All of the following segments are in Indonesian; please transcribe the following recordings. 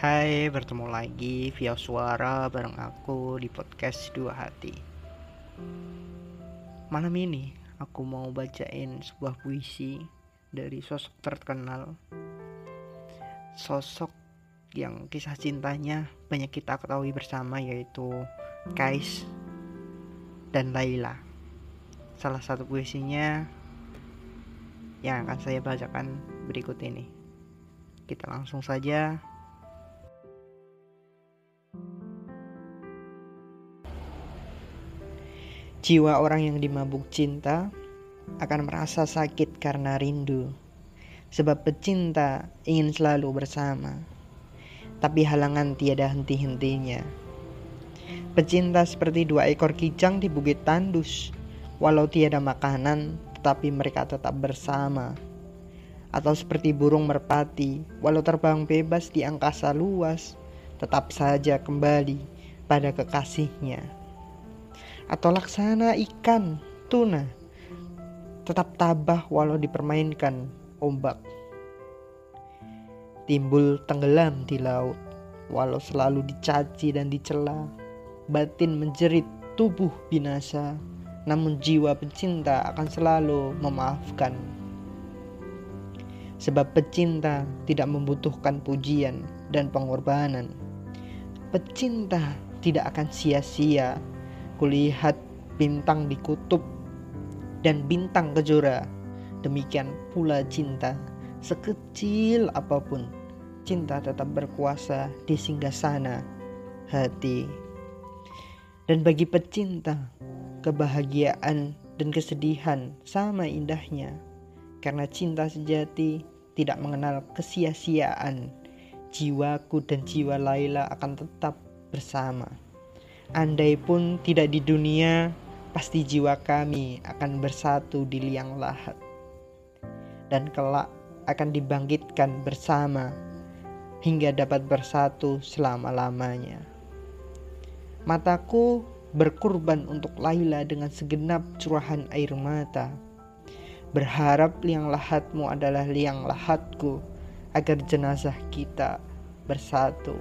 Hai, bertemu lagi via suara bareng aku di podcast Dua Hati. Malam ini aku mau bacain sebuah puisi dari sosok terkenal, sosok yang kisah cintanya banyak kita ketahui bersama, yaitu Kais dan Laila. Salah satu puisinya yang akan saya bacakan berikut ini. Kita langsung saja. Jiwa orang yang dimabuk cinta akan merasa sakit karena rindu, sebab pecinta ingin selalu bersama, tapi halangan tiada henti-hentinya. Pecinta seperti dua ekor kijang di bukit tandus, walau tiada makanan, tetapi mereka tetap bersama. Atau seperti burung merpati, walau terbang bebas di angkasa luas, tetap saja kembali pada kekasihnya. Atau laksana ikan tuna, tetap tabah walau dipermainkan ombak. Timbul tenggelam di laut, walau selalu dicaci dan dicela. Batin menjerit, tubuh binasa, namun jiwa pecinta akan selalu memaafkan. Sebab pecinta tidak membutuhkan pujian dan pengorbanan. Pecinta tidak akan sia-sia. Kulihat bintang di kutub dan bintang kejora. Demikian pula cinta, sekecil apapun, cinta tetap berkuasa di singgasana hati. Dan bagi pecinta, kebahagiaan dan kesedihan sama indahnya, karena cinta sejati tidak mengenal kesia-siaan. Jiwaku dan jiwa Laila akan tetap bersama. Andai pun tidak di dunia, pasti jiwa kami akan bersatu di liang lahat, dan kelak akan dibangkitkan bersama hingga dapat bersatu selama-lamanya. Mataku berkorban untuk Laila dengan segenap curahan air mata, berharap liang lahatmu adalah liang lahatku, agar jenazah kita bersatu.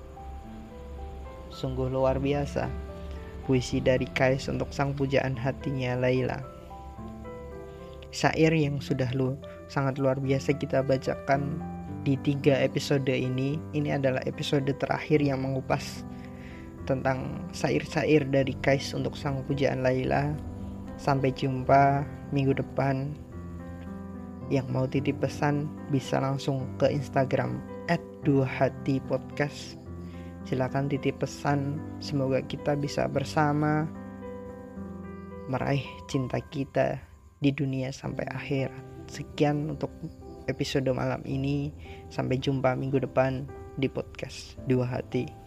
Sungguh luar biasa puisi dari Kais untuk sang pujaan hatinya Laila. Syair yang sudah sangat luar biasa kita bacakan di 3 episode ini. Ini adalah episode terakhir yang mengupas tentang syair-syair dari Kais untuk sang pujaan Laila. Sampai jumpa minggu depan. Yang mau titip pesan bisa langsung ke Instagram @duahatipodcast. Silakan titip pesan, semoga kita bisa bersama meraih cinta kita di dunia sampai akhirat. Sekian untuk episode malam ini, sampai jumpa minggu depan di podcast Dua Hati.